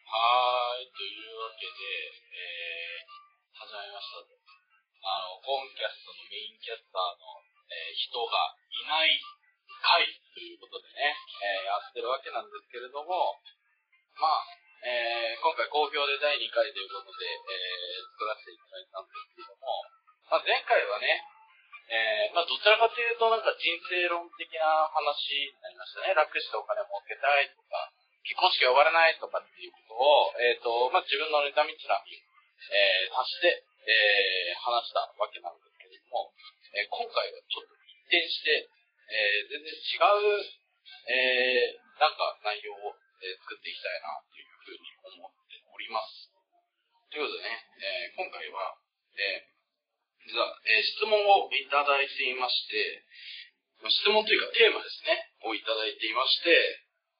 はーい、というわけで、始まりました。コンキャストのメインキャスターの、人がいない回ということでね、やってるわけなんですけれども、今回好評で第2回ということで、作らせていただいたんですけれども、前回はね、どちらかというとなんか人生論的な話になりましたね。楽してお金を儲けたいとか、結婚式が終わらないとかっていうことを、自分のネタ見つらみ、足して、話したわけなんですけれども、今回はちょっと一転して、全然違う、なんか内容を、作っていきたいなというふうに思っております。ということでね、今回は、実は、質問をいただいていまして、質問というかテーマですね、をいただいていまして、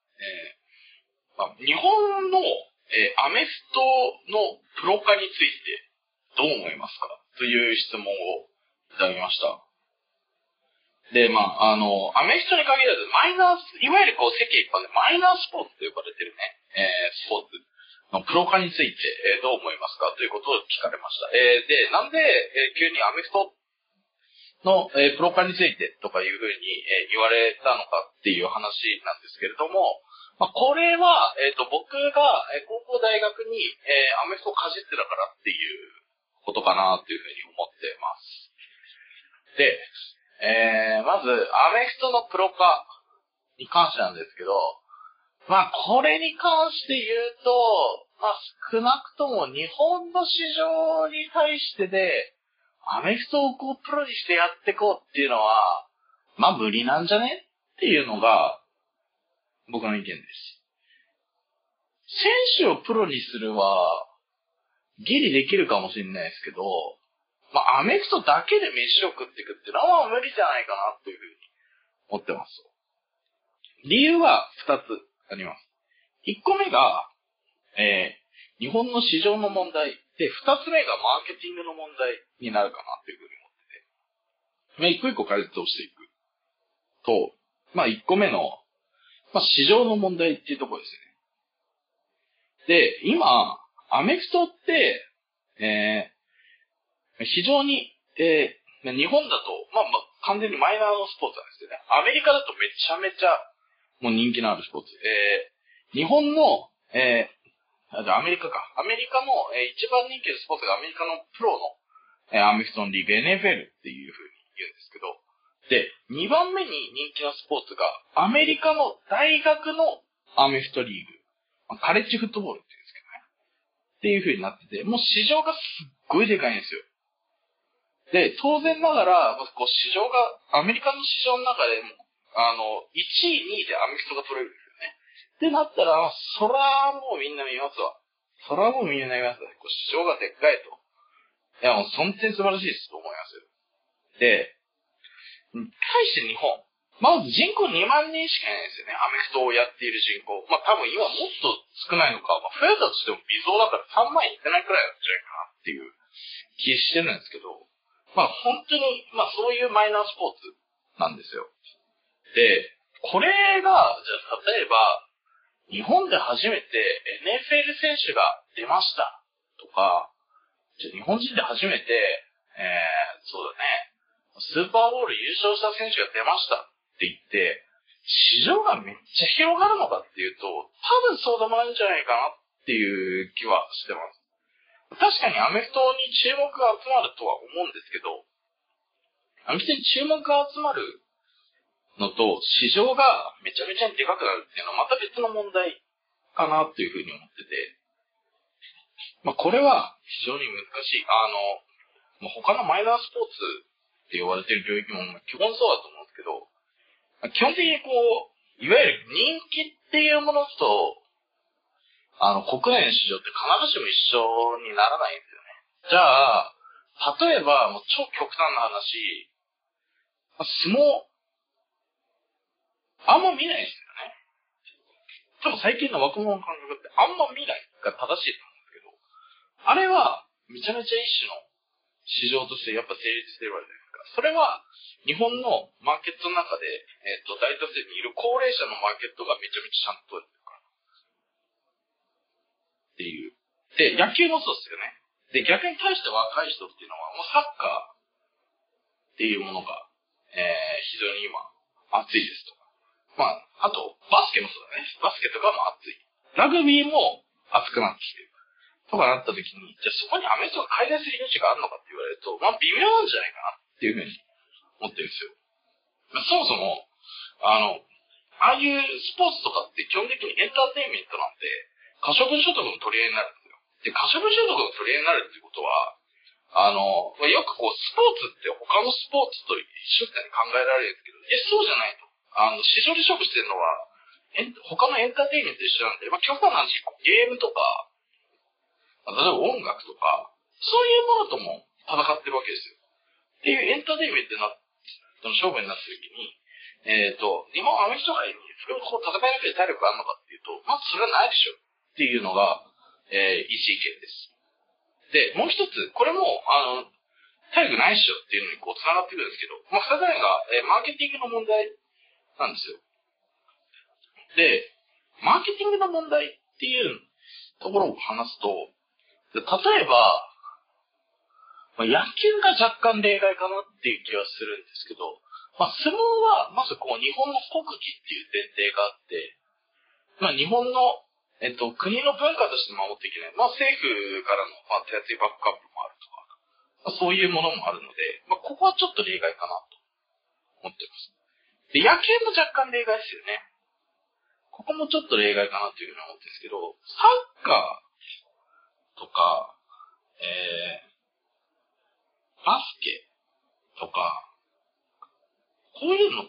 日本の、アメフトのプロ化についてどう思いますかという質問をいただきました。で、アメフトに限らず、マイナー、いわゆるこう世間一般でマイナースポーツと呼ばれてるね、スポーツのプロ化について、どう思いますかということを聞かれました。で、なんで、急にアメフトの、プロ化についてとかいうふうに、言われたのかっていう話なんですけれども、これは、僕が、高校大学に、アメフトをかじってたからっていうことかなというふうに思ってます。で、まず、アメフトのプロ化に関してなんですけど、これに関して言うと、少なくとも日本の市場に対してで、アメフトをこうプロにしてやっていこうっていうのは、無理なんじゃねっていうのが、僕の意見です。選手をプロにするは、ギリできるかもしれないですけど、アメフトだけで飯を食っていくっていうのは無理じゃないかなというふうに思ってます。理由は2つあります。1個目が、日本の市場の問題で、2つ目がマーケティングの問題になるかなというふうに思ってて、一個一個解説をしていくと、1個目の、市場の問題っていうところですね。で、今、アメフトって、非常に、日本だと、完全にマイナーのスポーツなんですよね。アメリカだとめちゃめちゃ、もう人気のあるスポーツ。日本の、アメリカか。アメリカの、一番人気のスポーツがアメリカのプロの、アメフトのリーグ NFL っていう風に言うんですけど、で、2番目に人気のスポーツがアメリカの大学のアメフトリーグ。カレッジフットボールっていうんですけどね。っていう風になってて、もう市場がすっごいでかいんですよ。で、当然ながら、市場が、アメリカの市場の中でも、1位、2位でアメフトが取れるんですよね。ってなったら、そらもうみんな見ますわ。そらもうみんな見ますね。市場がでっかいと。いや、もう本当に素晴らしいですと思いますよ。で、対して日本。まず人口2万人しかいないんですよね。アメフトをやっている人口。多分今もっと少ないのか。増えたとしても微増だから3万いってないくらいなんじゃないかなっていう気してるんですけど、本当に、そういうマイナースポーツなんですよ。で、これが、じゃあ例えば、日本で初めて NFL 選手が出ましたとか、じゃあ日本人で初めて、そうだね、スーパーボール優勝した選手が出ましたって言って、市場がめっちゃ広がるのかっていうと、多分そうでもないんじゃないかなっていう気はしてます。確かにアメフトに注目が集まるとは思うんですけど、アメフトに注目が集まるのと、市場がめちゃめちゃにでかくなるっていうのはまた別の問題かなっていうふうに思ってて、これは非常に難しい。他のマイナースポーツって呼ばれてる領域も基本そうだと思うんですけど、基本的にいわゆる人気っていうものと、国内の市場って必ずしも一緒にならないんですよね。じゃあ、例えば、もう超極端な話、相撲、あんま見ないですよね。多分最近の若者の感覚ってあんま見ないが正しいと思うんですけど、あれはめちゃめちゃ一種の市場としてやっぱ成立してるわけじゃないですか。それは日本のマーケットの中で、大多数にいる高齢者のマーケットがめちゃめちゃちゃんと取れてるから。 っていう。で、野球もそうですよね。で、逆に対して若い人っていうのは、もうサッカーっていうものが、非常に今、熱いですと。まあ、あと、バスケもそうだね。バスケとかも熱い。ラグビーも熱くなってきてる。とかなった時に、じゃあそこにアメフトが改善する余地があるのかって言われると、まあ微妙なんじゃないかなっていうふうに思ってるんですよ。まあ、そもそも、ああいうスポーツとかって基本的にエンターテインメントなんで、可処分所得の取り合いになるんですよ。で、可処分所得の取り合いになるっていうことは、よくこう、スポーツって他のスポーツと一緒みたいに考えられるんですけど、そうじゃないと。市場で勝負してるのは、他のエンターテインメントと一緒なんで、まあ、極端な話、ゲームとか、例えば音楽とか、そういうものとも戦ってるわけですよ。っていうエンターテインメントの勝負になった時に、日本アメフト界にそれをこう戦い抜ける体力があるのかっていうと、まずそれはないでしょっていうのが、一意見です。で、もう一つ、これも、体力ないっしょっていうのにこう繋がってくるんですけど、まあ、二つ目が、マーケティングの問題なんですよ。で、マーケティングの問題っていうところを話すと、例えば、まあ、野球が若干例外かなっていう気はするんですけど、まあ、相撲は、まずこう、日本の国技っていう前提があって、まあ、日本の、国の文化として守っていけない。まあ、政府からの、まあ、手厚いバックアップもあるとか、まあ、そういうものもあるので、まあ、ここはちょっと例外かなと思ってます。で、野球も若干例外ですよね。ここもちょっと例外かなというふうに思ってるんですけど、サッカーとか、バスケとか、こういうのって、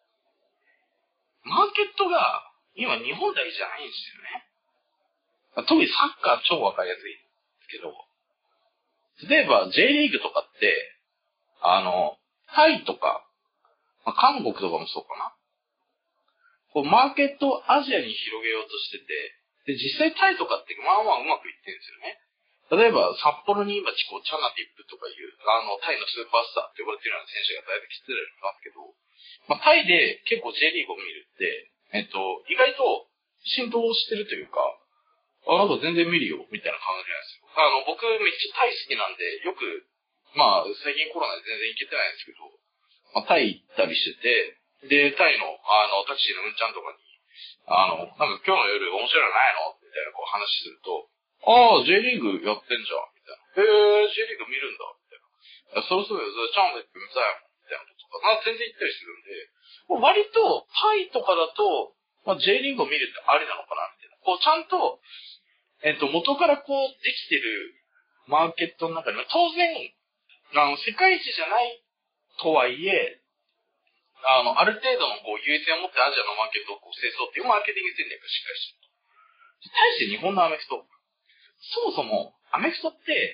マーケットが今日本だけじゃないんですよね。特にサッカー超わかりやすいんですけど、例えば J リーグとかって、タイとか、まあ、韓国とかもそうかな。こうマーケットをアジアに広げようとしてて、で、実際タイとかってまあまあうまくいってるんですよね。例えば、札幌に今、チャナティップとかいう、タイのスーパースターって呼ばれてるような選手がだいぶ失礼なんですけど、まあ、タイで結構 J リーグを見るって、意外と浸透してるというか、なんか全然見るよ、みたいな感じなんですよ。僕めっちゃタイ好きなんで、よく、まあ、最近コロナで全然行けてないんですけど、まあ、タイ行ったりしてて、で、タイの、タクシーのうんちゃんとかに、なんか今日の夜面白いのないのみたいなこう話すると、ああ、J リーグやってんじゃん、みたいな。へえ、J リーグ見るんだ、みたいな。そうそうよ、チャンネル見たいもん、みたいなこととか、全然言ったりするんで、割と、タイとかだと、まあ、J リーグを見るってありなのかな、みたいな。こう、ちゃんと、元からこう、できてるマーケットの中には、当然、世界一じゃないとはいえ、ある程度のこう、優位性を持ってアジアのマーケットをこう、制そうっていうマーケティング戦略がしっかりしてる。対して日本のアメフト。そもそも、アメフトって、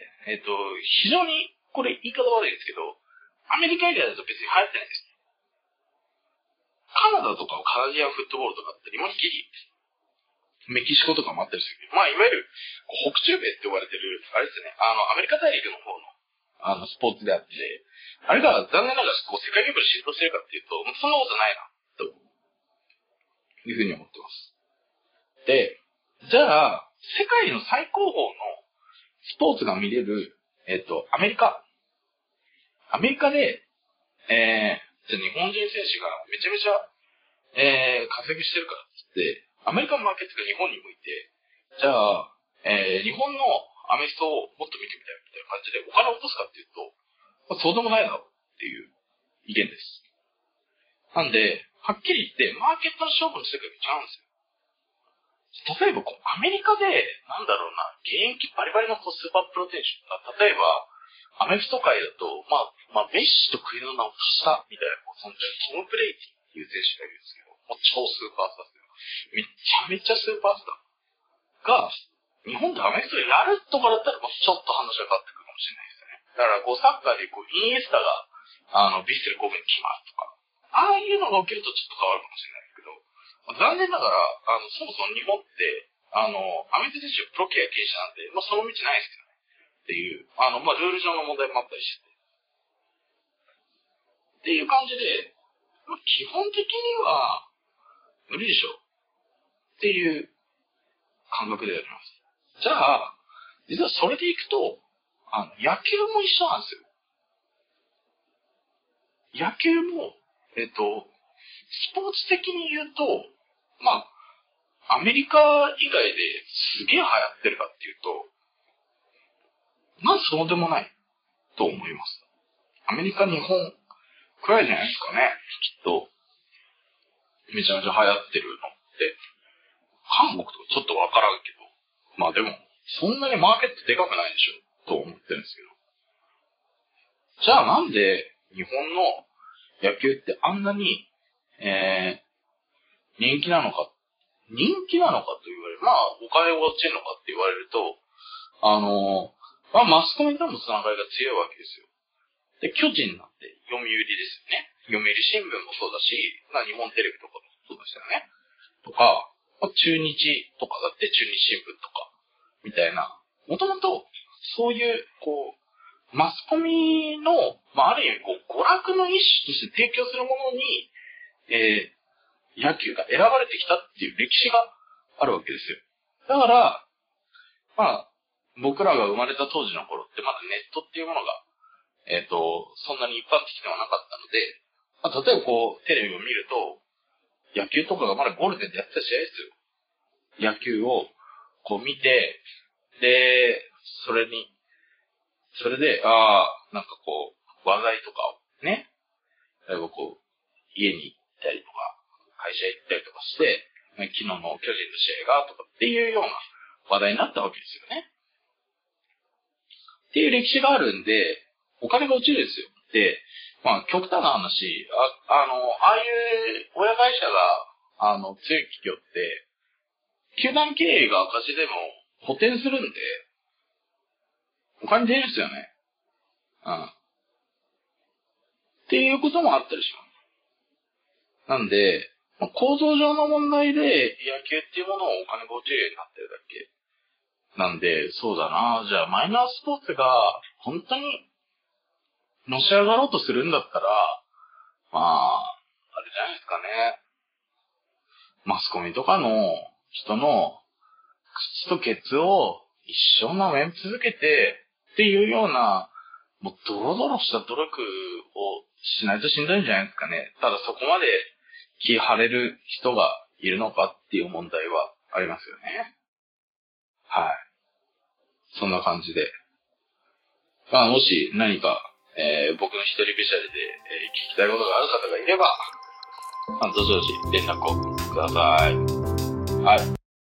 非常に、これ言い方悪いですけど、アメリカエリアだと別に流行ってないです。カナダとかカナディアンフットボールとかって今っきり、メキシコとかもあったりするけど、まあ、いわゆる、北中米って呼ばれてる、あれですね、アメリカ大陸の方の、スポーツであって、あれが残念ながらこう世界レベル浸透してるかっていうと、そんなことないな、というふうに思ってます。で、じゃあ、世界の最高峰のスポーツが見れる、アメリカ。アメリカで、じゃあ日本人選手がめちゃめちゃ、活躍してるからって言って、アメリカのマーケットが日本に向いて、じゃあ、日本のアメフトをもっと見てみたいみたいな感じでお金を落とすかっていうと、まあ、そうでもないだろうっていう意見です。なんで、はっきり言って、マーケットの勝負の世界が違うんですよ。例えばこう、アメリカで、なんだろうな、現役バリバリのこうスーパープロ選手が、例えば、アメフト界だと、まあ、メッシと国の名を足したみたいな存在、トム・ブレイティっていう選手がいるんですけど、もう超スーパースターですよ。めちゃめちゃスーパースターが、日本でアメフトやるとかだったら、もうちょっと話が変わってくるかもしれないですね。だからこう、サッカーでこう、インエスタが、ビッセル神戸に来ますとか、ああいうのが起きるとちょっと変わるかもしれないですけど、残念ながら、そもそも日本って、アメフト選手プロ契約禁止なんで、まあ、その道ないですけどね。っていう、まあ、ルール上の問題もあったりして。っていう感じで、まあ、基本的には、無理でしょ。っていう感覚でやります。 じゃあ、実はそれでいくと、野球も一緒なんですよ。野球も、スポーツ的に言うと、アメリカ以外ですげえ流行ってるかっていうと、まずそうでもないと思います。アメリカ、日本くらいじゃないですかね。きっと、めちゃめちゃ流行ってるのって。韓国とかちょっとわからんけど、でも、そんなにマーケットでかくないでしょ、と思ってるんですけど。じゃあなんで、日本の野球ってあんなに、人気なのかと言われる。お金が落ちるのかって言われると、マスコミとのつながりが強いわけですよ。で、巨人なんて読売ですよね。読売新聞もそうだし、日本テレビとかもそうですよね。とか、中日とかだって中日新聞とか、みたいな。もともと、そういう、マスコミの、ある意味、娯楽の一種として提供するものに、野球が選ばれてきたっていう歴史があるわけですよ。だから、僕らが生まれた当時の頃ってまだネットっていうものが、そんなに一般的ではなかったので、例えばテレビを見ると、野球とかがまだゴールデンでやってた時代ですよ。野球を、見て、で、それで、話題とかをね、例えば家に行ったりとか、会社行ったりとかして、昨日の巨人の試合がとかっていうような話題になったわけですよね。っていう歴史があるんで、お金が落ちるんですよ。で、極端な話、ああいう親会社が、強い企業って、球団経営が赤字でも補填するんで、お金出るんですよね。っていうこともあったりします。なんで、構造上の問題で野球っていうものをお金が落ちるようになってるだけ。なんで、そうだな。じゃあマイナースポーツが本当にのし上がろうとするんだったら、あれじゃないですかね。マスコミとかの人の口とケツを一生舐め続けてっていうような、もうドロドロした努力をしないとしんどいんじゃないですかね。ただそこまで気張れる人がいるのかっていう問題はありますよね。はい。そんな感じで。もし何か、僕の一人べしゃりで、聞きたいことがある方がいれば、どしどし連絡をください。はい。